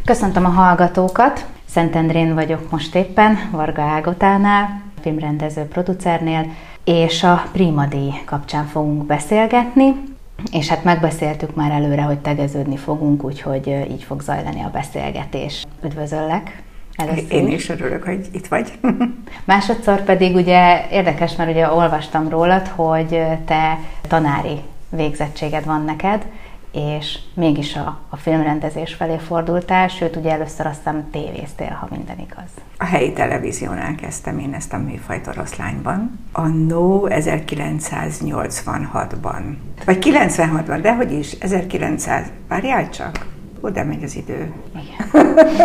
Köszöntöm a hallgatókat! Szentendrén vagyok most éppen, Varga Ágotánál, filmrendező producernél, és a Prima díj kapcsán fogunk beszélgetni, és hát megbeszéltük már előre, hogy tegeződni fogunk, úgyhogy így fog zajlani a beszélgetés. Üdvözöllek! Először. Én is örülök, hogy itt vagy. Másodszor pedig ugye érdekes, mert ugye olvastam rólad, hogy te tanári végzettséged van neked, és mégis a filmrendezés felé fordultál, sőt, ugye először azt hiszem tévéztél, ha minden igaz. A helyi televíziónál kezdtem én ezt a műfajt Oroszlányban. Annó 1986-ban. Vagy 96-ban, de hogy is, 1900, várjál csak, oda megy az idő. Igen.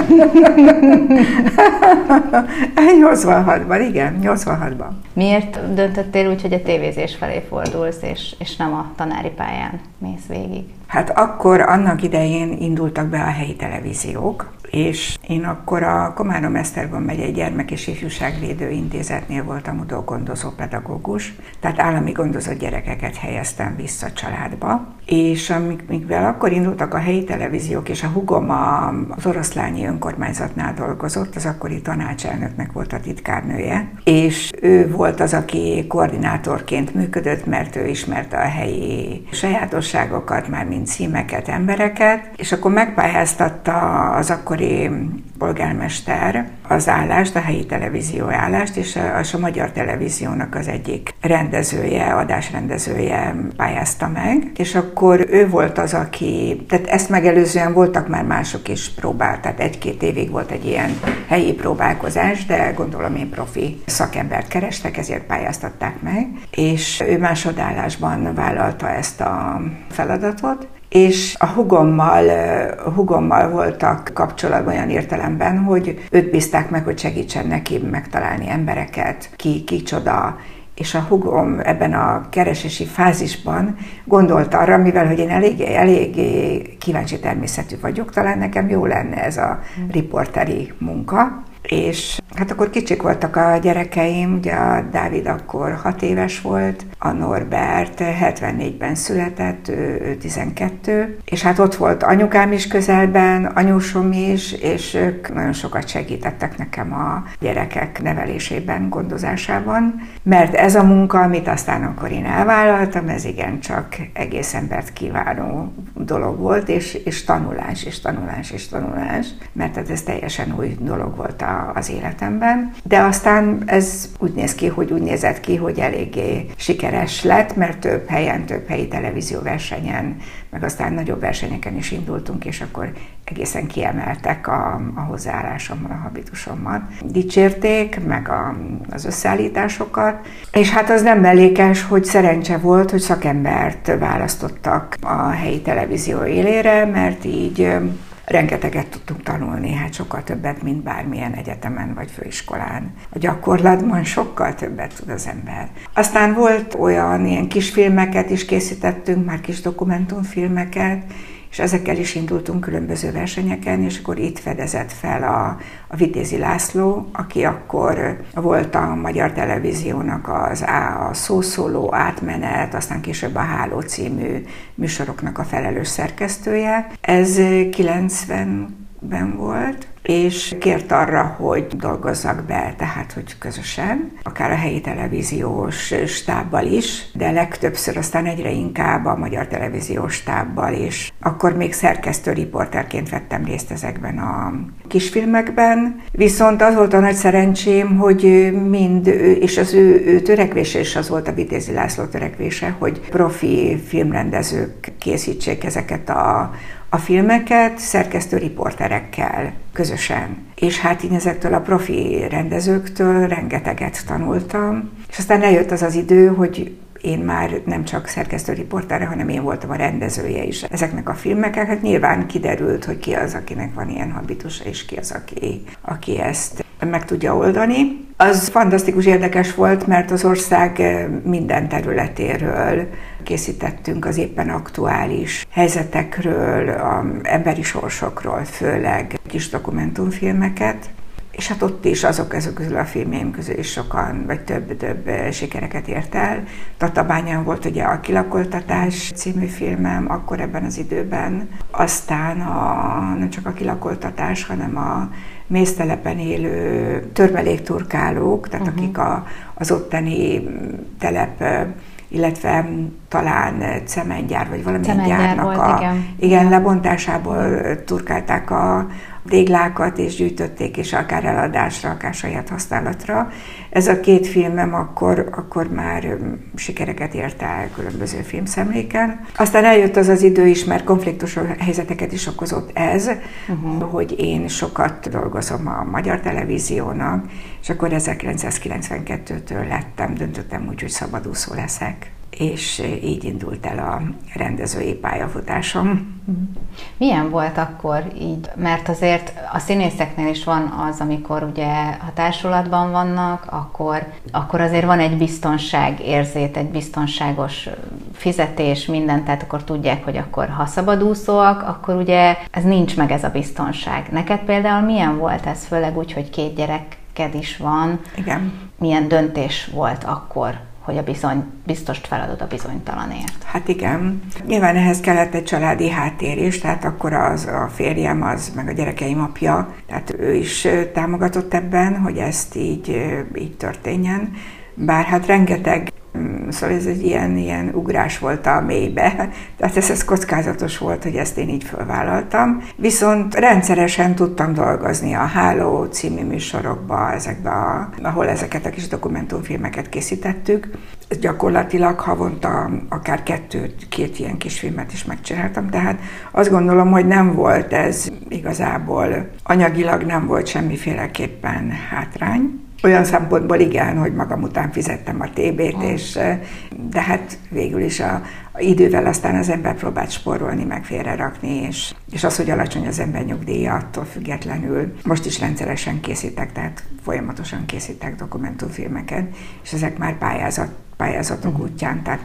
86-ban, igen, 86-ban. Miért döntöttél úgy, hogy a tévézés felé fordulsz, és nem a tanári pályán mész végig? Hát akkor annak idején indultak be a helyi televíziók, és én akkor a Komárom-Esztergom megyei Gyermek- és Ifjúságvédő Intézetnél voltam utógondozó pedagógus, tehát állami gondozott gyerekeket helyeztem vissza családba, és mivel akkor indultak a helyi televíziók, és a húgom az Oroszlányi önkormányzatnál dolgozott, az akkori tanácselnöknek volt a titkárnője, és ő volt az, aki koordinátorként működött, mert ő ismerte a helyi sajátosságokat, már mint címeket, embereket, és akkor megpályáztatta az akkori polgármester az állást, a helyi televízió állást, és a Magyar Televíziónak az egyik rendezője, adásrendezője pályázta meg, és akkor ő volt az, aki, tehát ezt megelőzően voltak már mások is próbál, tehát 1-2 évig volt egy ilyen helyi próbálkozás, de gondolom én profi szakembert kerestek, ezért pályáztatták meg, és ő másodállásban vállalta ezt a feladatot, és a húgommal voltak kapcsolatban olyan értelemben, hogy őt bízták meg, hogy segítsen neki megtalálni embereket, kicsoda, és a húgom ebben a keresési fázisban gondolt arra, mivel hogy én eléggé kíváncsi természetű vagyok, talán nekem jó lenne ez a riporteri munka. És hát akkor kicsik voltak a gyerekeim, ugye a Dávid akkor 6 éves volt, a Norbert 74-ben született, ő 12, és hát ott volt anyukám is közelben, anyósom is, és ők nagyon sokat segítettek nekem a gyerekek nevelésében, gondozásában, mert ez a munka, amit aztán akkor én elvállaltam, ez igencsak egész embert kívánó dolog volt, és tanulás, mert ez teljesen új dolog volt az életemben. De aztán ez úgy nézett ki, hogy eléggé sikeres lett, mert több helyi televízióversenyen, meg aztán nagyobb versenyeken is indultunk, és akkor egészen kiemeltek a hozzáállásommal, a habitusommal. Dicsérték, meg az összeállításokat, és hát az nem mellékes, hogy szerencse volt, hogy szakembert választottak a helyi televízió élére, mert így rengeteget tudtunk tanulni, hát sokkal többet, mint bármilyen egyetemen vagy főiskolán. A gyakorlatban sokkal többet tud az ember. Aztán volt olyan ilyen kisfilmeket is készítettünk, már kis dokumentumfilmeket, és ezekkel is indultunk különböző versenyeken, és akkor itt fedezett fel a Vitézi László, aki akkor volt a Magyar Televíziónak a Szószóló, Átmenet, aztán később a Háló című műsoroknak a felelős szerkesztője. Ez 90-ben volt, és kért arra, hogy dolgozzak be, tehát hogy közösen, akár a helyi televíziós stábbal is, de legtöbbször aztán egyre inkább a Magyar Televíziós stábbal is. Akkor még szerkesztő riporterként vettem részt ezekben a kisfilmekben, viszont az volt a nagy szerencsém, hogy mind ő, és az ő törekvése is az volt, a Vitézi László törekvése, hogy profi filmrendezők készítsék ezeket a filmeket szerkesztő riporterekkel közösen. És hát így ezektől a profi rendezőktől rengeteget tanultam. És aztán eljött az az idő, hogy én már nem csak szerkesztő riportere, hanem én voltam a rendezője is ezeknek a filmeknek. Hát nyilván kiderült, hogy ki az, akinek van ilyen habitusa, és ki az, aki ezt meg tudja oldani. Az fantasztikus érdekes volt, mert az ország minden területéről készítettünk az éppen aktuális helyzetekről, emberi sorsokról, főleg kis dokumentumfilmeket. és hát ott is azok közül a filmjeim közül is sokan, vagy több sikereket ért el. Tatabányán volt ugye a Kilakoltatás című filmem, akkor ebben az időben. Aztán nem csak a Kilakoltatás, hanem a méztelepen élő törmelékturkálók, tehát akik az ottani telep, illetve talán cementgyár, vagy valamilyen gyárnak volt, igen, lebontásából turkálták a téglákat, és gyűjtötték, és akár eladásra, akár saját használatra. Ez a két filmem akkor már sikereket ért el különböző filmszemléken. Aztán eljött az idő is, mert konfliktus helyzeteket is okozott ez, hogy én sokat dolgozom a Magyar Televíziónak, és akkor 1992-től döntöttem úgy, hogy szabadúszó leszek. És így indult el a rendezői pályafutásom. Milyen volt akkor így? Mert azért a színészeknél is van az, amikor ugye a társulatban vannak, akkor azért van egy biztonságérzet, egy biztonságos fizetés, minden, tehát akkor tudják, hogy akkor ha szabadúszóak, akkor ugye ez nincs meg ez a biztonság. Neked például milyen volt ez, főleg úgy, hogy 2 gyereked is van? Igen. Milyen döntés volt akkor, hogy biztost feladod a bizonytalanért? Hát igen. Nyilván ehhez kellett egy családi háttér is, tehát akkor a férjem, meg a gyerekeim apja, tehát ő is támogatott ebben, hogy ezt így történjen. Bár hát rengeteg, szóval ez egy ilyen ugrás volt a mélybe, tehát ez kockázatos volt, hogy ezt én így fölvállaltam. Viszont rendszeresen tudtam dolgozni a Háló című műsorokba, ahol ezeket a kis dokumentumfilmeket készítettük. Gyakorlatilag havonta akár 2 ilyen kis filmet is megcsináltam, tehát azt gondolom, hogy nem volt ez igazából, anyagilag nem volt semmiféleképpen hátrány. Olyan szempontból igen, hogy magam után fizettem a TB-t, de hát végül is a idővel aztán az ember próbált spórolni, meg félrerakni, és az, hogy alacsony az ember nyugdíja, attól függetlenül most is rendszeresen készítek, tehát folyamatosan készítek dokumentumfilmeket, és ezek már pályázatok útján, tehát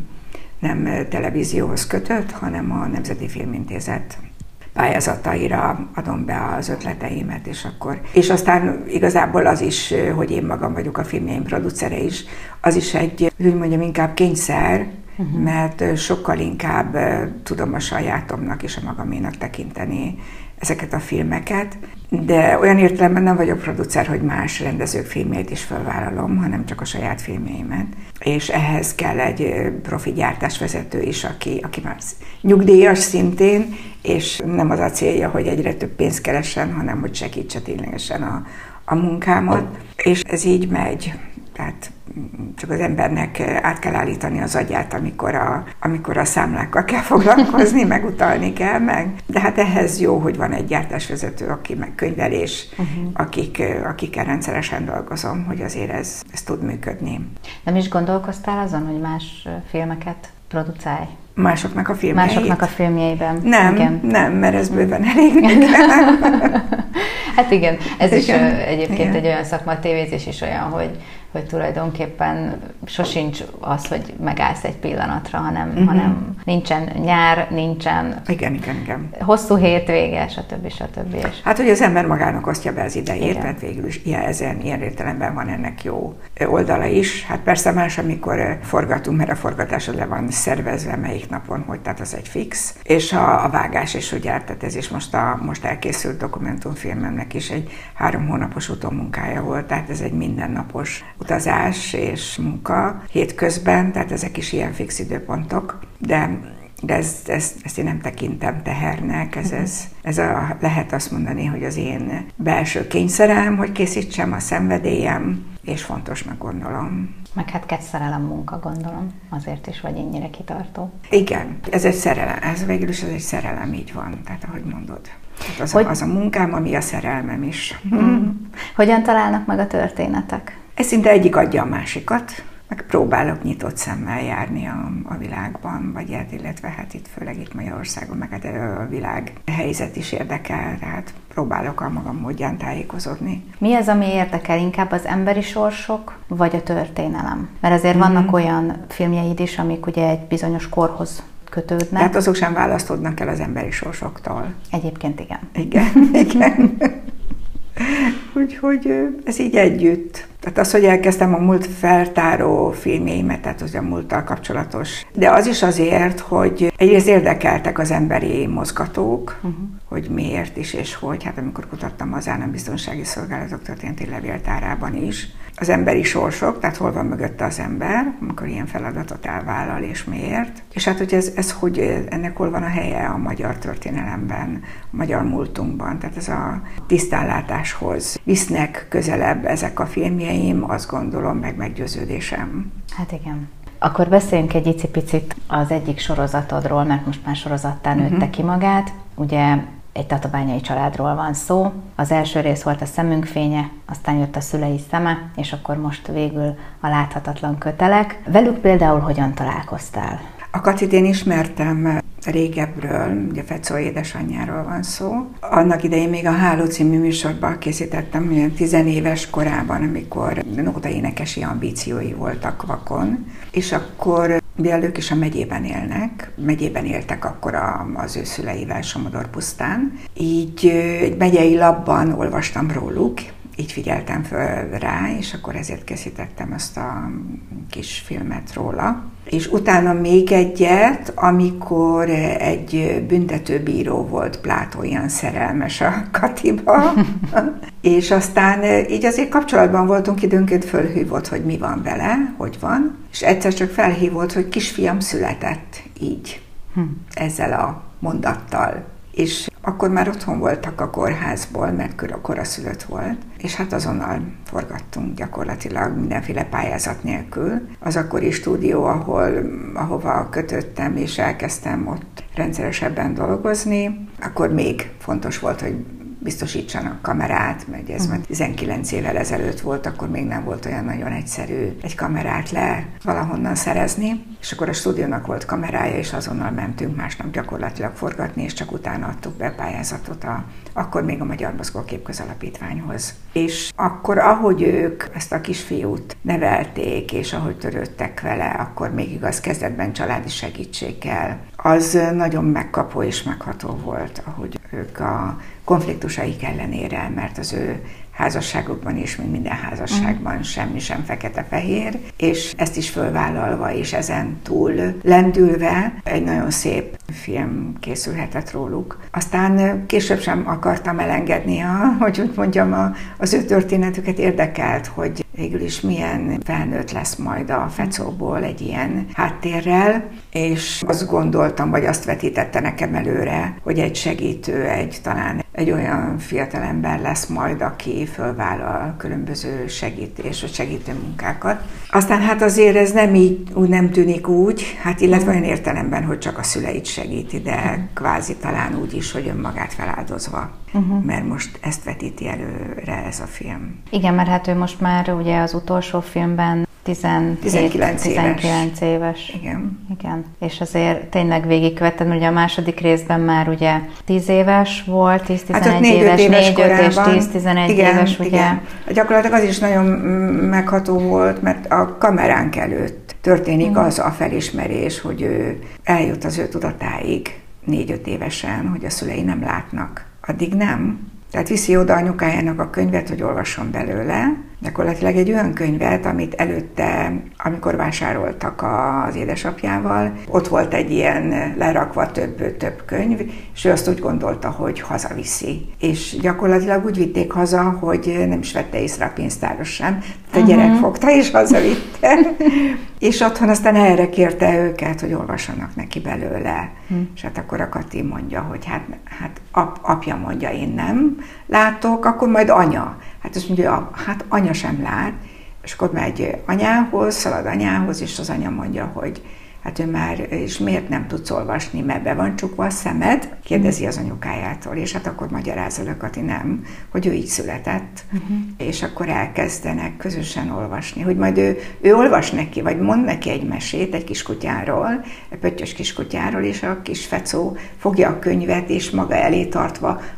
nem televízióhoz kötött, hanem a Nemzeti Filmintézet pályázataira adom be az ötleteimet, és aztán igazából az is, hogy én magam vagyok a filmjeim producere is, az is egy, úgy mondjam, inkább kényszer, mert sokkal inkább tudom a sajátomnak és a magaménak tekinteni ezeket a filmeket, de olyan értelemben nem vagyok producer, hogy más rendezők filmjét is felvállalom, hanem csak a saját filmjeimet. És ehhez kell egy profi gyártásvezető is, aki már nyugdíjas szintén, és nem az a célja, hogy egyre több pénzt keressen, hanem hogy segítse ténylegesen a munkámat. És ez így megy. Tehát csak az embernek át kell állítani az agyát, amikor a számlákkal kell foglalkozni, meg utalni kell meg. De hát ehhez jó, hogy van egy gyártásvezető, aki meg könyvelés, akikkel rendszeresen dolgozom, hogy azért ez tud működni. Nem is gondolkoztál azon, hogy más filmeket producálj? Másoknak a filmjeit? Másoknak a filmjeiben. Nem, mert ez bőven elég nekem. Hát igen, ez is egyébként egy olyan szakma, a tévézés is olyan, hogy tulajdonképpen sosincs az, hogy megállsz egy pillanatra, hanem nincsen nyár, nincsen igen. hosszú hétvége, stb. Hát, hogy az ember magának osztja be az idejét, mert végül is ilyen értelemben van ennek jó oldala is. Hát persze más, amikor forgatunk, mert a forgatás le van szervezve, melyik napon, hogy tehát az egy fix. És a vágás is, ugye, tehát ez is most elkészült dokumentumfilmemnek is egy 3 hónapos utómunkája volt, tehát ez egy mindennapos utazás és munka hétközben, tehát ezek is ilyen fix időpontok, de ezt én nem tekintem tehernek, lehet azt mondani, hogy az én belső kényszerem, hogy készítsem, a szenvedélyem, és fontosnak gondolom. Meg hát kedvszerelem munka, gondolom, azért is vagy ennyire kitartó. Igen, ez egy szerelem, ez végül is egy szerelem, így van, tehát ahogy mondod. Hát az a munkám, ami a szerelmem is. Hogyan találnak meg a történetek? Ez szinte egyik adja a másikat, meg próbálok nyitott szemmel járni a világban, illetve hát főleg itt Magyarországon, meg hát a világ helyzet is érdekel, tehát próbálok a magam módján tájékozódni. Mi az, ami érdekel? Inkább az emberi sorsok, vagy a történelem? Mert azért vannak olyan filmjeid is, amik ugye egy bizonyos korhoz kötődnek. Tehát azok sem választódnak el az emberi sorsoktól. Egyébként igen. Igen. úgyhogy ez így együtt. Tehát az, hogy elkezdtem a múlt feltáró filmjeimet, tehát az a múlttal kapcsolatos. De az is azért, hogy egyrészt érdekeltek az emberi mozgatók, hogy miért is és hogy. Hát amikor kutattam az Állambiztonsági Szolgálatok történeti levéltárában is, az emberi sorsok, tehát hol van mögötte az ember, amikor ilyen feladatot elvállal, és miért. És hát, hogy ez hogy ennek hol van a helye a magyar történelemben, a magyar múltunkban. Tehát ez a tisztánlátáshoz visznek közelebb ezek a filmjeim, azt gondolom, meg meggyőződésem. Hát igen. Akkor beszéljünk egy icipicit az egyik sorozatodról, mert most már sorozattá nőtte ki magát. Ugye egy tatabányai családról van szó. Az első rész volt a Szemünk fénye, aztán jött a Szülei szeme, és akkor most végül a Láthatatlan kötelek. Velük például hogyan találkoztál? A Katit én ismertem régebbről, ugye Fecó édesanyjáról van szó. Annak idején még a Háló című műsorban készítettem, olyan 10 éves korában, amikor nóta énekesi ambíciói voltak vakon, és akkor mivel ők is a megyében éltek akkor az ő szüleivel Somodor-Pusztán, így egy megyei lapban olvastam róluk, így figyeltem föl rá, és akkor ezért készítettem ezt a kis filmet róla. És utána még egyet, amikor egy büntetőbíró volt, Plátó, ilyen szerelmes a Katiba, és aztán így azért kapcsolatban voltunk, időnként fölhívott, hogy mi van vele, hogy van, és egyszer csak felhívott, hogy kisfiam született így, ezzel a mondattal. És akkor már otthon voltak a kórházból, mert koraszülött volt, és hát azonnal forgattunk gyakorlatilag mindenféle pályázat nélkül. Az akkori stúdió, ahova kötöttem, és elkezdtem ott rendszeresebben dolgozni, akkor még fontos volt, hogy biztosítsanak kamerát, mert ez már 19 évvel ezelőtt volt, akkor még nem volt olyan nagyon egyszerű egy kamerát valahonnan szerezni, és akkor a stúdiónak volt kamerája, és azonnal mentünk másnap gyakorlatilag forgatni, és csak utána adtuk be pályázatot akkor még a Magyar Mozgókép Közalapítványhoz. És akkor, ahogy ők ezt a kisfiút nevelték, és ahogy törődtek vele, akkor még igaz kezdetben családi segítséggel, az nagyon megkapó és megható volt, ahogy ők a konfliktusaik ellenére, mert az ő házasságukban is, mint minden házasságban semmi sem fekete-fehér, és ezt is fölvállalva, és ezen túl lendülve egy nagyon szép film készülhetett róluk. Aztán később sem akartam elengedni, hogy úgy mondjam, az ő történetüket érdekelt, hogy végül is milyen felnőtt lesz majd a Fecóból egy ilyen háttérrel, és azt gondoltam, vagy azt vetítette nekem előre, hogy egy segítő, talán egy olyan fiatalember lesz majd, aki fölvállal különböző segítés vagy segítő munkákat. Aztán hát azért ez nem tűnik úgy, hát illetve olyan értelemben, hogy csak a szüleit segíti, de kvázi talán úgy is, hogy önmagát feláldozva. Mert most ezt vetíti előre ez a film. Igen, mert hát ő most már ugye az utolsó filmben 19 éves. Igen. És azért tényleg végigkövettem, ugye a második részben már ugye 10 éves volt, 10-11 éves, 4-5 és 10-11 éves, ugye. Igen. Gyakorlatilag az is nagyon megható volt, mert a kameránk előtt történik az a felismerés, hogy ő eljut az ő tudatáig 4-5 évesen, hogy a szülei nem látnak. Addig nem. Tehát viszi oda anyukájának a könyvet, hogy olvasson belőle. Gyakorlatilag egy olyan könyvet, amit előtte, amikor vásároltak az édesapjával, ott volt egy ilyen lerakva több könyv, és ő azt úgy gondolta, hogy hazaviszi. És gyakorlatilag úgy vitték haza, hogy nem is vette észre a pénztáros sem. A gyerek fogta és hazavitte. És otthon aztán erre kérte őket, hogy olvassanak neki belőle. És hát akkor a Kati mondja, hogy hát apja mondja, én nem látok, akkor majd anya. Hát azt mondja, hát anya sem lát, és akkor megy anyához, szalad anyához, és az anya mondja, hogy hát ő már, és miért nem tudsz olvasni, mert be van csukva a szemed? Kérdezi az anyukájától, és hát akkor magyarázza a Kati, nem, hogy ő így született, és akkor elkezdenek közösen olvasni, hogy majd ő olvas neki, vagy mond neki egy mesét egy kiskutyáról, egy pöttyös kiskutyáról, és a kis Fecó fogja a könyvet, és maga elé tartva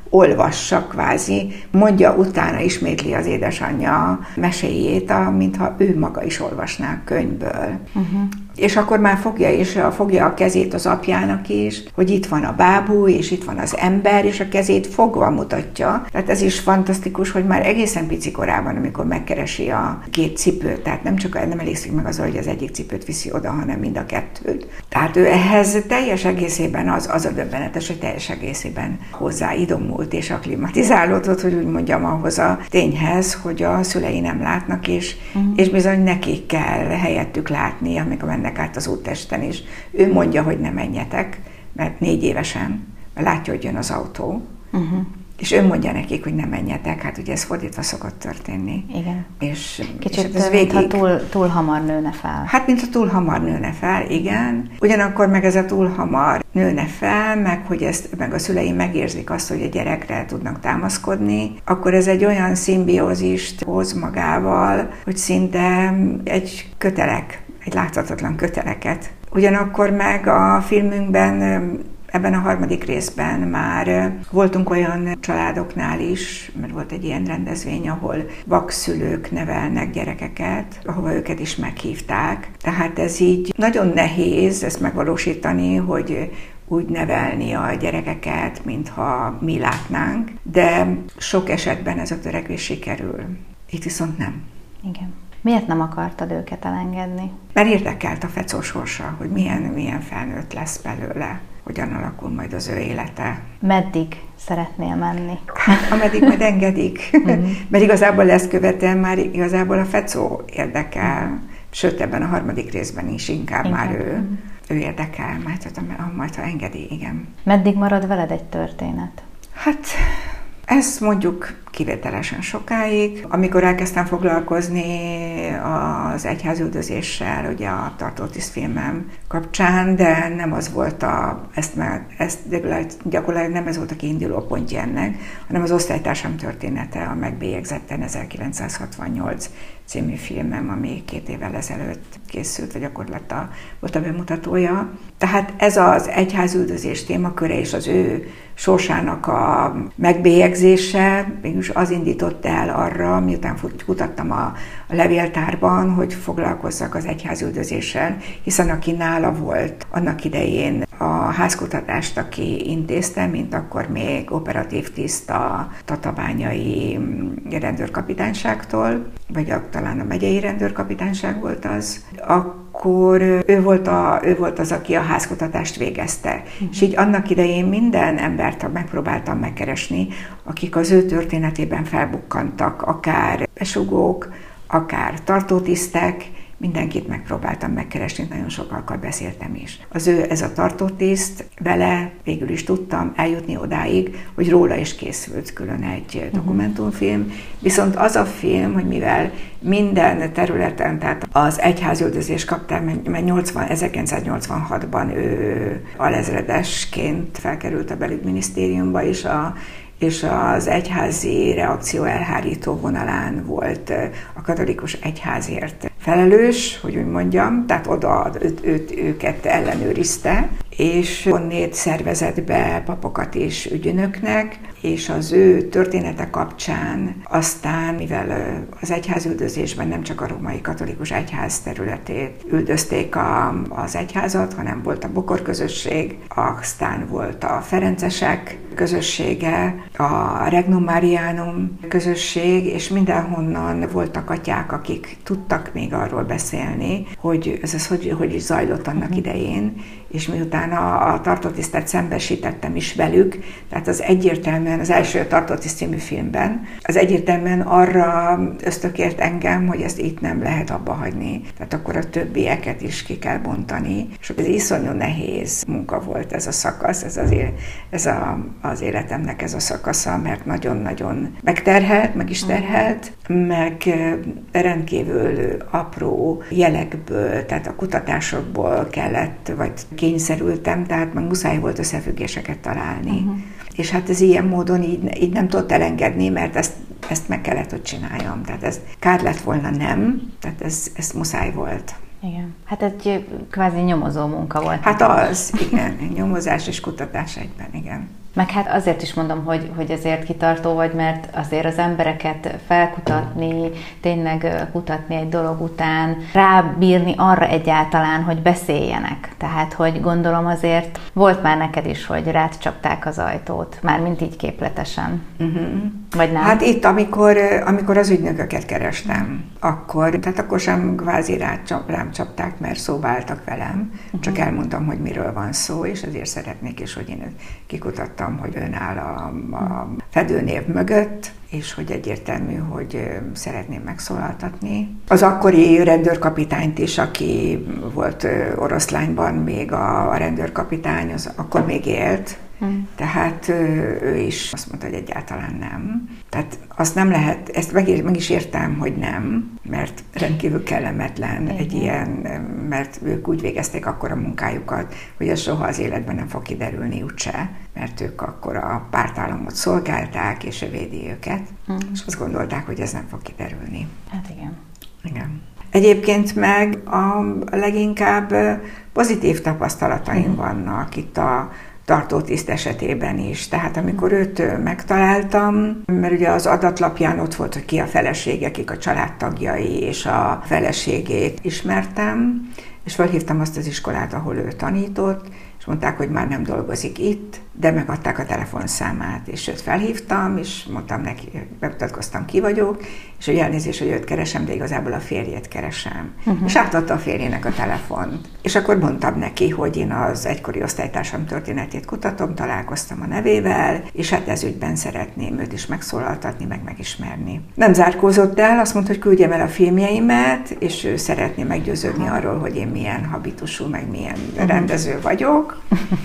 olvassa kvázi, mondja utána, ismétli az édesanyja meséjét, mintha ő maga is olvasná könyvből. És akkor már fogja a kezét az apjának is, hogy itt van a bábú, és itt van az ember, és a kezét fogva mutatja. Tehát ez is fantasztikus, hogy már egészen pici korában, amikor megkeresi a két cipőt, tehát nem elégszik meg azzal, hogy az egyik cipőt viszi oda, hanem mind a kettőt. Tehát ő ehhez teljes egészében az a döbbenetes, hogy teljes egészében hozzáidomult és akklimatizálódott, hogy úgy mondjam, ahhoz a tényhez, hogy a szülei nem látnak, és bizony nekik kell helyettük látni, amikor mennek át az úttesten is. Ő mondja, hogy ne menjetek, mert 4 évesen, mert látja, hogy jön az autó, és ő mondja nekik, hogy ne menjetek, hát ugye ez fordítva szokott történni. Igen. Kicsit ez végig... mintha túl hamar nőne fel. Hát, mintha túl hamar nőne fel, igen. Ugyanakkor meg ez a túl hamar nőne fel, meg a szülei megérzik azt, hogy a gyerekre tudnak támaszkodni, akkor ez egy olyan szimbiózist hoz magával, hogy szinte egy láthatatlan köteleket. Ugyanakkor meg a filmünkben, ebben a 3. részben már voltunk olyan családoknál is, mert volt egy ilyen rendezvény, ahol vakszülők nevelnek gyerekeket, ahova őket is meghívták. Tehát ez így nagyon nehéz ezt megvalósítani, hogy úgy nevelni a gyerekeket, mintha mi látnánk, de sok esetben ez a törekvés sikerül. Itt viszont nem. Igen. Miért nem akartad őket elengedni? Mert érdekelt a Fecó sorsa, hogy milyen felnőtt lesz belőle, hogyan alakul majd az ő élete. Meddig szeretnél menni? Hát, ameddig majd engedik. Mert igazából ezt követően már igazából a Fecó érdekel, sőt ebben a 3. részben is inkább. Már ő érdekel, majd ha engedi, igen. Meddig marad veled egy történet? Hát ezt mondjuk kivételesen sokáig. Amikor elkezdtem foglalkozni az egyházüldözéssel, ugye a Tartótiszt filmem kapcsán, de nem az volt gyakorlatilag nem ez volt a kiinduló pontja ennek, hanem az Osztálytársam története, a Megbélyegzetten 1968 című filmem, ami 2 évvel ezelőtt készült, vagy akkor volt a bemutatója. Tehát ez az egyházüldözés témaköre és az ő sorsának a megbélyegzése mégis az indított el arra, miután kutattam a levéltárban, hogy foglalkozzak az egyházüldözéssel, hiszen aki nála volt annak idején a házkutatást, aki intézte, mint akkor még operatív tiszt a tatabányai rendőrkapitányságtól, vagy talán a megyei rendőrkapitányság volt az, akkor ő volt az, aki a házkutatást végezte. És így annak idején minden embert megpróbáltam megkeresni, akik az ő történetében felbukkantak, akár besugók, akár tartótisztek, mindenkit megpróbáltam megkeresni, nagyon sokakkal beszéltem is. Ez a tartótiszt, vele végül is tudtam eljutni odáig, hogy róla is készült külön egy dokumentumfilm, viszont az a film, hogy mivel minden területen, tehát az egyházüldözés kapcsán, mert 1986-ban ő alezredesként felkerült a belügyminisztériumba, és az egyházi reakció elhárító vonalán volt a katolikus egyházért felelős, hogy úgy mondjam, tehát oda őket ellenőrizte, és onnét szervezett be papokat és ügynöknek, és az ő története kapcsán aztán, mivel az egyházüldözésben nem csak a római katolikus egyház területét üldözték az egyházat, hanem volt a bokor közösség, aztán volt a ferencesek közössége, a Regnum Marianum közösség, és mindenhonnan voltak atyák, akik tudtak még arról beszélni, hogy ez hogy is zajlott annak idején, és miután a tartótisztet szembesítettem is velük, tehát az egyértelműen, az első Tartótiszt című filmben, az egyértelműen arra ösztökért engem, hogy ezt itt nem lehet abba hagyni. Tehát akkor a többieket is ki kell bontani. És ez iszonyú nehéz munka volt ez a szakasz, ez az életemnek ez a szakasza, mert nagyon-nagyon megterhelt, meg is terhelt, meg rendkívül apró jelekből, tehát a kutatásokból kellett, vagy kényszerültem, tehát meg muszáj volt összefüggéseket találni. És hát ez ilyen módon így nem tudott elengedni, mert ezt meg kellett, hogy csináljam. Tehát ez kár lett volna nem, tehát ez muszáj volt. Igen. Hát egy kvázi nyomozó munka volt. Hát az, igen, nyomozás és kutatás egyben, igen. Meg hát azért is mondom, hogy ezért kitartó vagy, mert azért az embereket felkutatni, tényleg kutatni egy dolog után, rábírni arra egyáltalán, hogy beszéljenek. Tehát, hogy gondolom azért volt már neked is, hogy rád csapták az ajtót, mármint így képletesen. Vagy nem? Hát itt, amikor az ügynököket kerestem, akkor sem kvázi rám csapták, mert szóba álltak velem, csak elmondtam, hogy miről van szó, és azért szeretnék is, hogy én kikutattam, hogy ön áll a fedőnév mögött, és hogy egyértelmű, hogy szeretném megszólaltatni. Az akkori rendőrkapitányt is, aki volt Oroszlányban még a rendőrkapitány, az akkor még élt, tehát ő is azt mondta, hogy egyáltalán nem. Tehát azt nem lehet, ezt meg is értem, hogy nem, mert rendkívül kellemetlen egy ilyen, mert ők úgy végezték akkor a munkájukat, hogy ez soha az életben nem fog kiderülni úgyse, mert ők akkor a pártállamot szolgálták, és ő védi őket, és azt gondolták, hogy ez nem fog kiderülni. Hát igen. Igen. Egyébként meg a leginkább pozitív tapasztalataim vannak itt a tartótiszt esetében is. Tehát amikor őt megtaláltam, mert ugye az adatlapján ott volt, hogy ki a felesége, kik a családtagjai, és a feleségét ismertem, és felhívtam azt az iskolát, ahol ő tanított, és mondták, hogy már nem dolgozik itt, de megadták a telefonszámát, és őt felhívtam, és mondtam neki, bemutatkoztam, ki vagyok, és hogy elnézést, hogy őt keresem, de igazából a férjét keresem. És átadta a férjének a telefont. És akkor mondtam neki, hogy én az egykori osztálytársam történetét kutatom, találkoztam a nevével, és hát ez ügyben szeretném őt is megszólaltatni, meg megismerni. Nem zárkózott el, azt mondta, hogy küldjem el a filmjeimet, és ő szeretné meggyőződni arról, hogy én milyen habitusú, meg milyen rendező vagyok.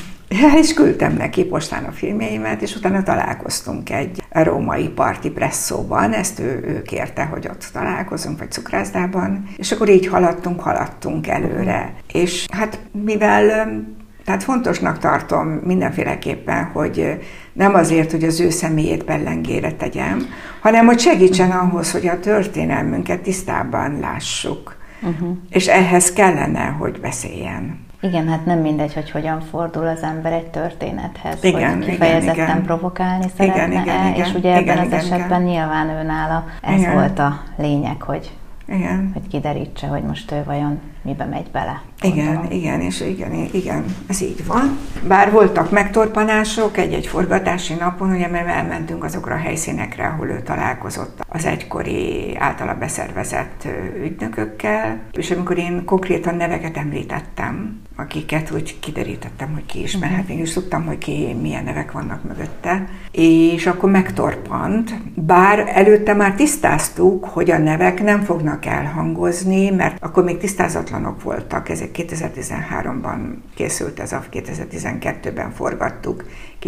És küldtem neki postán a filmjeimet, és utána találkoztunk egy római parti presszóban, ezt ő kérte, hogy ott találkozunk, vagy cukrászdában, és akkor így haladtunk előre. És hát mivel tehát fontosnak tartom mindenféleképpen, hogy nem azért, hogy az ő személyét pellengére tegyem, hanem hogy segítsen ahhoz, hogy a történelmünket tisztában lássuk. És ehhez kellene, hogy beszéljen. Igen, hát nem mindegy, hogy hogyan fordul az ember egy történethez, hogy kifejezetten provokálni szeretne, és ugye ebben az esetben nyilván őnála ez volt a lényeg, hogy kiderítse, hogy most ő vajon mibe megy bele. Igen, ez így van. Bár voltak megtorpanások egy forgatási napon, ugye, mert elmentünk azokra a helyszínekre, ahol ő találkozott az egykori általa beszervezett ügynökökkel, és amikor én konkrétan neveket említettem, akiket úgy kiderítettem, hogy ki ismer, hát én is tudtam, hogy ki milyen nevek vannak mögötte, és akkor megtorpant, bár előtte már tisztáztuk, hogy a nevek nem fognak elhangozni, mert akkor még tisztázatlanok voltak, ezek 2013-ban készült, ez a 2012-ben forgattuk,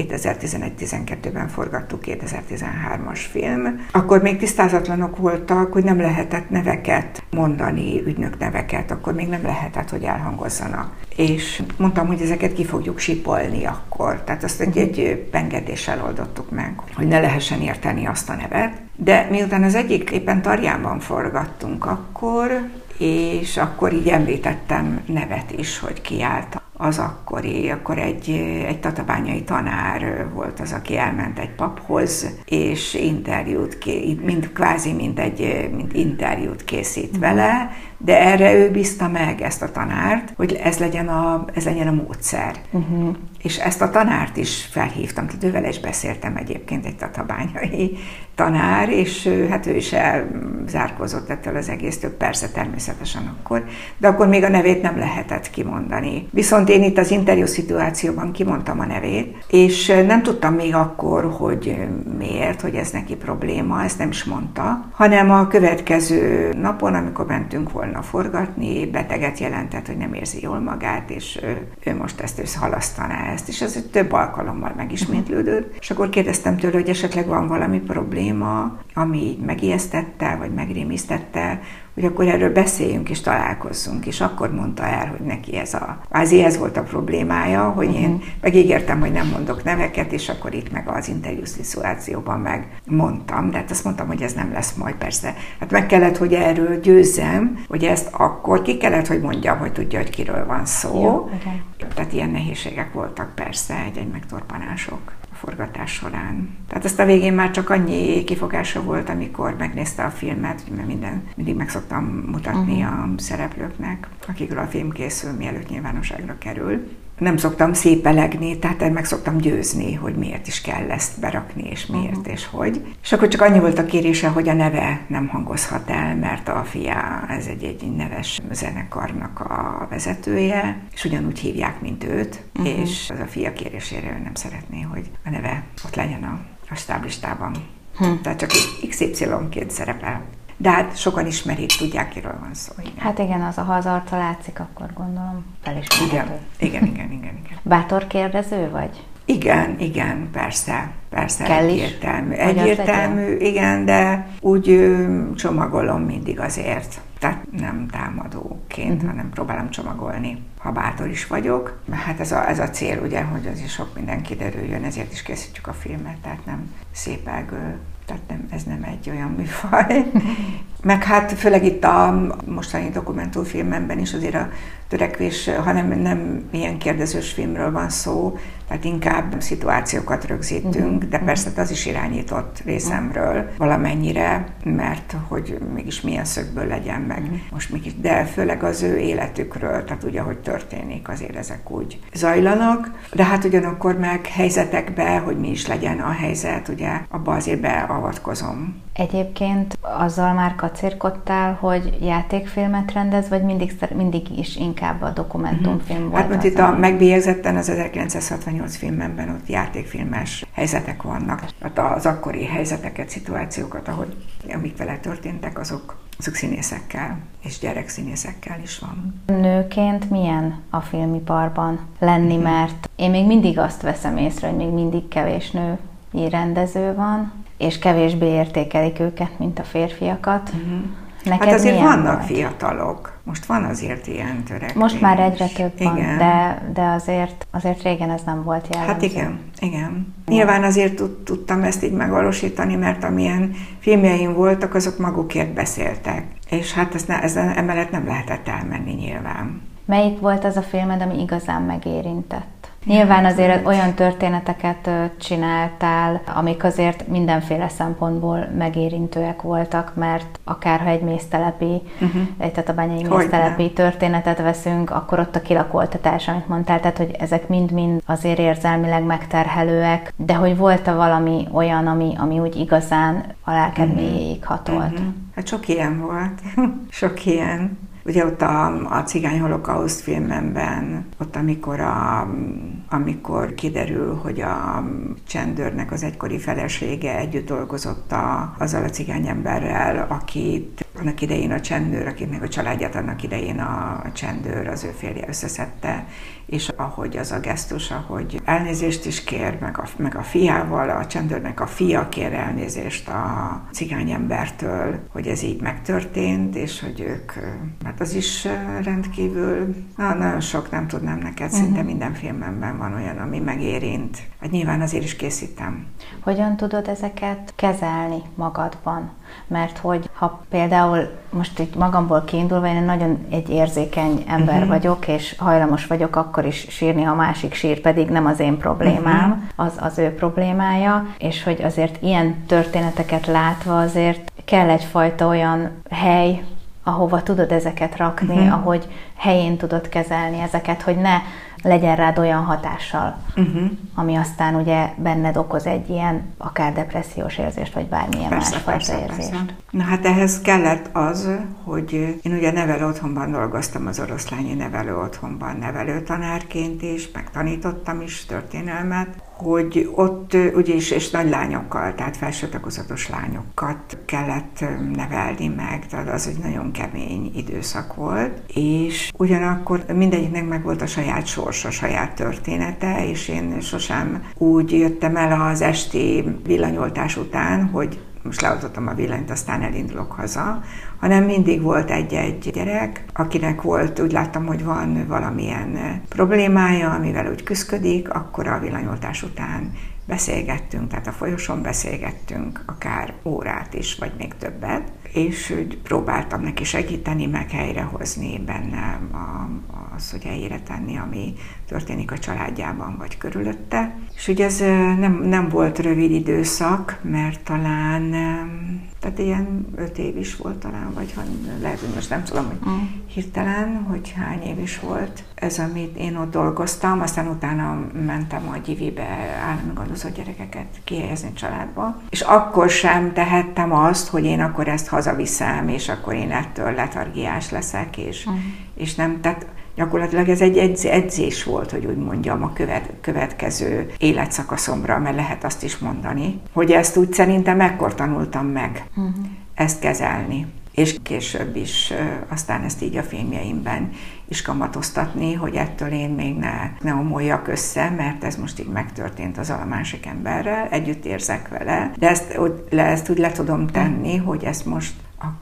2011-12-ben forgattuk 2013-as film. Akkor még tisztázatlanok voltak, hogy nem lehetett neveket mondani, ügynök neveket, akkor még nem lehetett, hogy elhangozzanak. És mondtam, hogy ezeket ki fogjuk sipolni akkor. Tehát azt egy pengedéssel oldottuk meg, hogy ne lehessen érteni azt a nevet. De miután az egyik éppen Tarjánban forgattunk akkor, és akkor így említettem nevet is, hogy ki állt az akkor egy tatabányai tanár volt az, aki elment egy paphoz, és interjút, mint interjút készít vele, de erre ő bízta meg ezt a tanárt, hogy ez legyen a módszer. És ezt a tanárt is felhívtam, tehát ővel is beszéltem egyébként, egy tatabányai tanár, és hát ő is elzárkózott ettől az egésztől, persze természetesen akkor, de akkor még a nevét nem lehetett kimondani. Viszont én itt az interjú szituációban kimondtam a nevét, és nem tudtam még akkor, hogy miért, hogy ez neki probléma, ezt nem is mondta, hanem a következő napon, amikor mentünk volna forgatni, beteget jelentett, hogy nem érzi jól magát, és ő most ezt halasztaná ezt, és ez több alkalommal megismétlődött, és akkor kérdeztem tőle, hogy esetleg van valami probléma, ami így megijesztette, vagy megrémisztette, hogy akkor erről beszéljünk és találkozzunk, és akkor mondta el, hogy neki ez volt a problémája, hogy én megígértem, hogy nem mondok neveket, és akkor itt meg az interjú szituációban meg mondtam, de hát azt mondtam, hogy ez nem lesz majd persze. Hát meg kellett, hogy erről győzzem, hogy ezt akkor ki kellett, hogy mondjam, hogy tudja, hogy kiről van szó. Jó, okay. Tehát ilyen nehézségek voltak persze, egy megtorpanások a forgatás során. Tehát azt a végén már csak annyi kifogása volt, amikor megnézte a filmet, mert mindig meg szoktam mutatni a szereplőknek, akikről a film készül, mielőtt nyilvánosságra kerül. Nem szoktam szépelegni, tehát meg szoktam győzni, hogy miért is kell ezt berakni, és miért, és hogy. És akkor csak annyi volt a kérése, hogy a neve nem hangozhat el, mert a fia, ez egy neves zenekarnak a vezetője, és ugyanúgy hívják, mint őt, és az a fia kérésére ő nem szeretné, hogy a neve ott legyen a stáblistában. Tehát csak XY-ként szerepel. De hát sokan ismerik, tudják, kiről van szó. Igen. Hát igen, ha az arca látszik, akkor gondolom felismerhető. Igen. Bátor kérdező vagy? Igen, persze Kell egyértelmű. Egyértelmű, igen, de úgy csomagolom mindig azért. Tehát nem támadóként, hanem próbálom csomagolni, ha bátor is vagyok. Hát ez a cél, ugye, hogy azért sok minden kiderüljön, ezért is készítjük a filmet, tehát nem szépelgő. Tehát ez nem egy olyan műfaj. Meg hát főleg itt a mostani dokumentumfilmemben is azért a törekvés, hanem nem ilyen kérdezős filmről van szó, tehát inkább szituációkat rögzítünk, de persze az is irányított részemről valamennyire, mert hogy mégis milyen szögből legyen meg most mégis, de főleg az ő életükről, tehát ugye, hogy történik, azért ezek úgy zajlanak, de hát ugyanakkor meg helyzetekbe, hogy mi is legyen a helyzet, ugye abba azért beavatkozom. Egyébként azzal már kacérkodtál, hogy játékfilmet rendez, vagy mindig is inkább a dokumentumfilm volt? Hát, mert itt a megbélyegzetten az 1968 filmemben ott játékfilmes helyzetek vannak. Hát az akkori helyzeteket, szituációkat, amik vele történtek, azok színészekkel és gyerekszínészekkel is van. Nőként milyen a filmiparban lenni, mert én még mindig azt veszem észre, hogy még mindig kevés női rendező van, és kevésbé értékelik őket, mint a férfiakat. Neked hát azért vannak volt? Fiatalok. Most van azért ilyen törekvés. Most már egyre több van, igen. de azért régen ez nem volt jellemző. Hát igen. Nyilván azért tudtam ezt így megvalósítani, mert amilyen filmjeim voltak, azok magukért beszéltek. És hát emellett nem lehetett elmenni nyilván. Melyik volt az a filmed, ami igazán megérintett? Nyilván azért olyan történeteket csináltál, amik azért mindenféle szempontból megérintőek voltak, mert akárha egy méztelepi, egy tatabányai méztelepi történetet veszünk, akkor ott a kilakoltatás, amit mondtál, tehát hogy ezek mind-mind azért érzelmileg megterhelőek, de hogy volt-e valami olyan, ami úgy igazán a lelked mélyéig hatolt? Hát sok ilyen volt, sok ilyen. Ugye ott a Cigány holokauszt filmemben, ott amikor kiderül, hogy a Csendőrnek az egykori felesége együtt dolgozott azzal a cigány emberrel, akit annak idején a Csendőr, akitnek a családját annak idején a Csendőr, az ő férje összeszedte, és ahogy az a gesztus, ahogy elnézést is kér, meg a fiával, a Csendőrnek a fia kér elnézést a cigányembertől, hogy ez így megtörtént, és hogy ők, hát az is rendkívül, nagyon sok, nem tudnám neked, szinte minden filmemben van olyan, ami megérint. Hát nyilván azért is készítem. Hogyan tudod ezeket kezelni magadban? Mert hogy ha például most itt magamból kiindulva, én nagyon egy érzékeny ember vagyok, és hajlamos vagyok akkor is sírni, ha a másik sír, pedig nem az én problémám, az ő problémája, és hogy azért ilyen történeteket látva azért kell egyfajta olyan hely, ahova tudod ezeket rakni, ahogy helyén tudod kezelni ezeket, hogy ne legyen rád olyan hatással, ami aztán ugye benned okoz egy ilyen akár depressziós érzést, vagy bármilyen másfajta érzést. Persze. Na hát ehhez kellett az, hogy én ugye nevelőotthonban dolgoztam, az oroszlányi nevelőotthonban nevelőtanárként is, megtanítottam is történelmet, hogy ott úgyis, és nagy lányokkal, tehát felső tagozatos lányokat kellett nevelni meg, tehát az egy nagyon kemény időszak volt, és ugyanakkor mindegyiknek meg volt a saját sorsa, a saját története, és én sosem úgy jöttem el az esti villanyoltás után, hogy most leoltottam a villanyt, aztán elindulok haza, hanem mindig volt egy-egy gyerek, akinek volt, úgy láttam, hogy van valamilyen problémája, amivel úgy küszködik, akkor a villanyoltás után beszélgettünk, tehát a folyosón beszélgettünk, akár órát is, vagy még többet, és próbáltam neki segíteni, meg helyrehozni benne az, hogy helyére tenni, ami történik a családjában vagy körülötte. És ugye ez nem volt rövid időszak, mert talán tehát ilyen 5 év is volt talán, vagy lehet, hogy most nem tudom, hogy hirtelen, hogy hány év is volt ez, amit én ott dolgoztam, aztán utána mentem a Gyivibe állami gondozott gyerekeket kihelyezni családba, és akkor sem tehettem azt, hogy én akkor ezt hazaviszem, és akkor én ettől letargiás leszek, és nem, tehát gyakorlatilag ez egy edzés volt, hogy úgy mondjam, a következő életszakaszomra, mert lehet azt is mondani, hogy ezt úgy szerintem ekkor tanultam meg ezt kezelni. És később is aztán ezt így a filmjeimben is kamatoztatni, hogy ettől én még ne omoljak össze, mert ez most így megtörtént az a másik emberrel, együtt érzek vele, de ezt úgy le tudom tenni, hogy ezt most,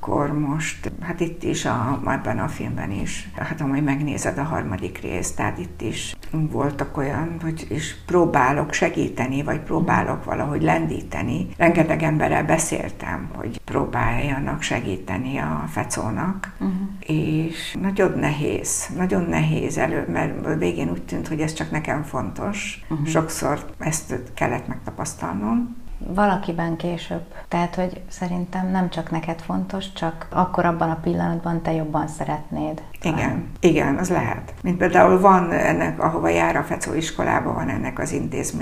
hát itt is, ebben a filmben is, hát ha majd megnézed a 3. részt, tehát itt is voltak olyan, hogy is próbálok segíteni, vagy próbálok valahogy lendíteni. Rengeteg emberrel beszéltem, hogy próbáljanak segíteni a Fecónak, és nagyon nehéz mert végén úgy tűnt, hogy ez csak nekem fontos. Sokszor ezt kellett megtapasztalnom. Valakiben később. Tehát, hogy szerintem nem csak neked fontos, csak akkor abban a pillanatban te jobban szeretnéd. Igen, az lehet. Mint például van ennek, ahova jár a Fecó iskolában, van ennek az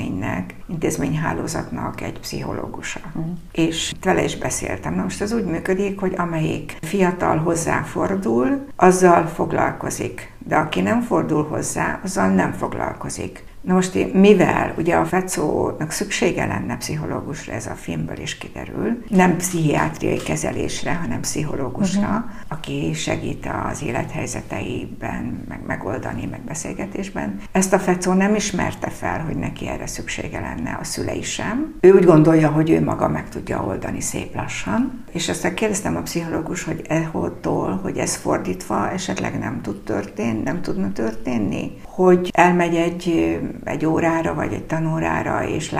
intézményhálózatnak egy pszichológusa. És vele is beszéltem. Na most ez úgy működik, hogy amelyik fiatal hozzáfordul, azzal foglalkozik. De aki nem fordul hozzá, azzal nem foglalkozik. Na most mivel ugye a Fecónak szüksége lenne pszichológusra, ez a filmből is kiderül, nem pszichiátriai kezelésre, hanem pszichológusra, aki segít az élethelyzeteiben, meg megoldani, meg beszélgetésben. Ezt a Fecó nem ismerte fel, hogy neki erre szüksége lenne, a szülei sem. Ő úgy gondolja, hogy ő maga meg tudja oldani szép lassan. És aztán kérdeztem a pszichológus, hogy hogy ez fordítva esetleg nem tudna történni, hogy elmegy egy órára, vagy egy tanórára, és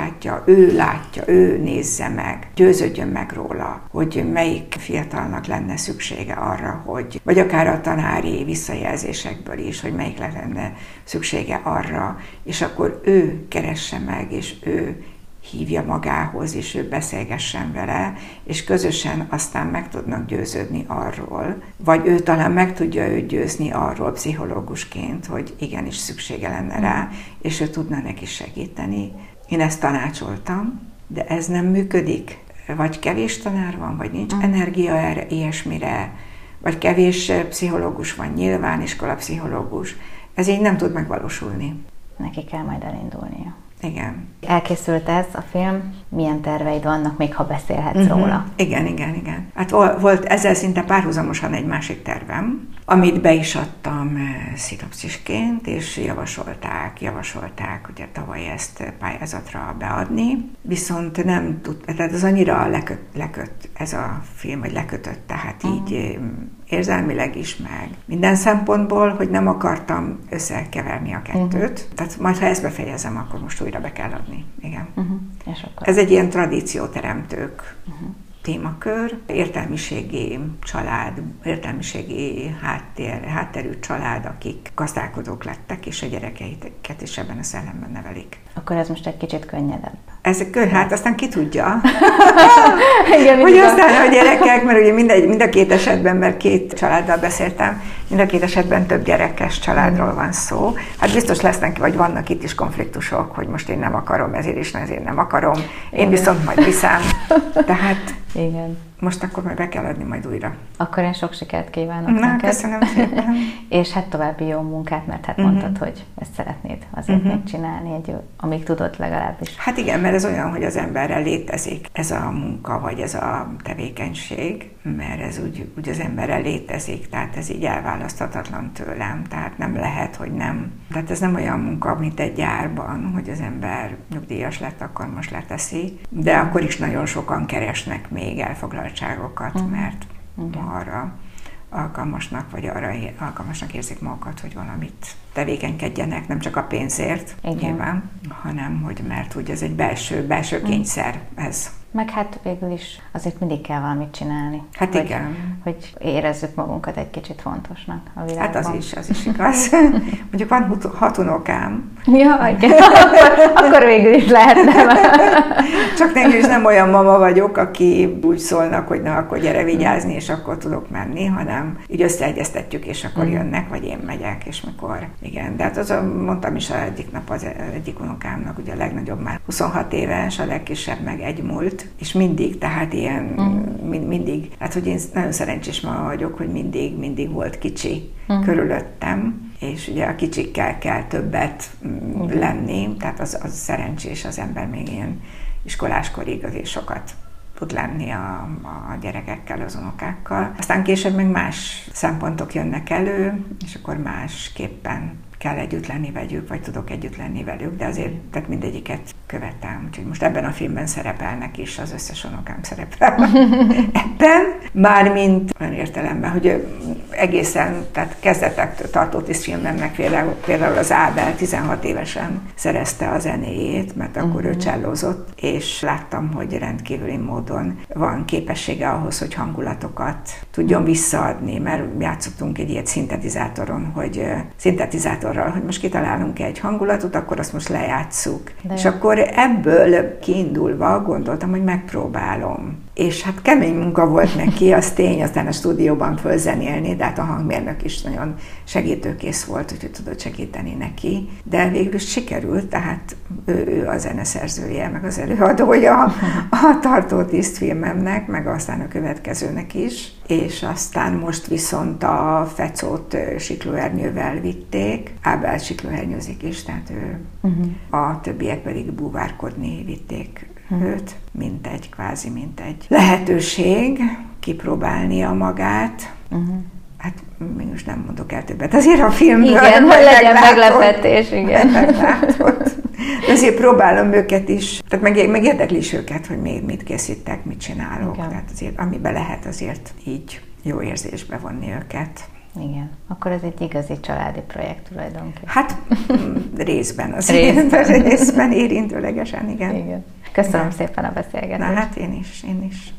ő nézze meg, győződjön meg róla, hogy melyik fiatalnak lenne szüksége arra, vagy akár a tanári visszajelzésekből is, hogy melyik lenne szüksége arra, és akkor ő keresse meg, és ő hívja magához, és ő beszélgessen vele, és közösen aztán meg tudnak győződni arról, vagy ő talán meg tudja őt győzni arról pszichológusként, hogy igenis szüksége lenne rá, és ő tudna neki segíteni. Én ezt tanácsoltam, de ez nem működik. Vagy kevés tanár van, vagy nincs energia erre, ilyesmire, vagy kevés pszichológus van, nyilván iskolapszichológus. Ez így nem tud megvalósulni. Neki kell majd elindulnia. Igen. Elkészült ez a film, milyen terveid vannak, még ha beszélhetsz róla? Igen. Hát volt ezzel szinte párhuzamosan egy másik tervem, amit be is adtam szinopszisként, és javasolták ugye tavaly ezt pályázatra beadni, viszont nem tudtam, tehát az annyira leköt ez a film, vagy lekötött, tehát így érzelmileg is, meg minden szempontból, hogy nem akartam összekeverni a kettőt. Tehát majd, ha ezt befejezem, akkor most újra be kell adni. Igen. És akkor... Ez egy ilyen tradícióteremtők témakör, értelmiségi család, értelmiségi hátterű család, akik gazdálkodók lettek, és a gyerekeiket is ebben a szellemben nevelik. Akkor ez most egy kicsit könnyedebb. Hát aztán ki tudja, hogy aztán a gyerekek, mert ugye mind a két esetben, mert 2 családdal beszéltem, mind a 2 esetben több gyerekes családról van szó. Hát biztos lesznek, vagy vannak itt is konfliktusok, hogy most én nem akarom, ezért nem akarom, én viszont majd viszem. Tehát igen. Most akkor majd be kell adni majd újra. Akkor én sok sikert kívánok neked. Köszönöm szépen. És hát további jó munkát, mert hát mondtad, hogy ezt szeretnéd azért még csinálni, amíg tudod legalábbis. Hát igen, mert ez olyan, hogy az emberrel létezik ez a munka, vagy ez a tevékenység, mert ez úgy az emberrel létezik, tehát ez így elválaszthatatlan tőlem, tehát nem lehet, hogy nem. Tehát ez nem olyan munka, mint egy gyárban, hogy az ember nyugdíjas lett, akkor most leteszi, de akkor is nagyon sokan keresnek még elfoglaltságokat, mert arra alkalmasnak, vagy arra alkalmasnak érzik magukat, hogy valamit tevékenykedjenek, nem csak a pénzért, nyilván, hanem hogy mert ugye ez egy belső kényszer ez. Meg hát végül is azért mindig kell valamit csinálni. Hát igen. Hogy érezzük magunkat egy kicsit fontosnak a világban. Hát az is igaz. Mondjuk van 6 unokám. Ja, igen. Akkor végül is lehetne. Csak is nem olyan mama vagyok, aki úgy szólnak, hogy na, akkor gyere vigyázni, és akkor tudok menni, hanem így összeegyeztetjük, és akkor jönnek, vagy én megyek, és mikor. Igen, de hát mondtam is egyik nap az egyik unokámnak, ugye a legnagyobb már 26 éves, a legkisebb meg 1 múlt, és mindig, tehát ilyen, mindig, hát hogy én nagyon szerencsés mama vagyok, hogy mindig volt kicsi körülöttem, és ugye a kicsikkel kell többet lenni, tehát az szerencsés az ember még ilyen iskoláskorig azért sokat tud lenni a gyerekekkel, az unokákkal. Aztán később meg más szempontok jönnek elő, és akkor másképpen kell együtt lenni velük, vagy tudok együtt lenni velük, de azért tehát mindegyiket követem. Úgyhogy most ebben a filmben szerepelnek is, az összes unokám szerepel ebben. Mármint olyan értelemben, hogy egészen, tehát kezdetektől tartó tisztfilmben meg például az Ábel 16 évesen szerezte a zenéjét, mert akkor ő csellózott, és láttam, hogy rendkívüli módon van képessége ahhoz, hogy hangulatokat tudjon visszaadni, mert játszottunk egy ilyet szintetizátoron, hogy hogy most kitalálunk egy hangulatot, akkor azt most lejátsszuk. És akkor ebből kiindulva gondoltam, hogy megpróbálom. És hát kemény munka volt neki, az tény, aztán a stúdióban fölzenélni, de hát a hangmérnök is nagyon segítőkész volt, úgyhogy tudott segíteni neki. De végül is sikerült, tehát ő a zeneszerzője, meg az előadója a tartó tisztfilmemnek, meg aztán a következőnek is. És aztán most viszont a Fecót siklóernyővel vitték, Ábel siklóernyőzik is, tehát ő, a többiek pedig búvárkodni vitték őt, mint egy lehetőség kipróbálnia magát. Hát még most nem mondok el többet azért a filmből. Igen, hogy legyen meglepetés, igen. De azért próbálom őket is, tehát meg érdekli is őket, hogy még mit készítek, mit csinálok. Igen. Tehát azért, amiben lehet azért így jó érzésbe vonni őket. Igen. Akkor ez egy igazi családi projekt tulajdonképpen. Hát részben azért. Részben érintőlegesen, igen. Köszönöm szépen a beszélgetést. Na hát én is.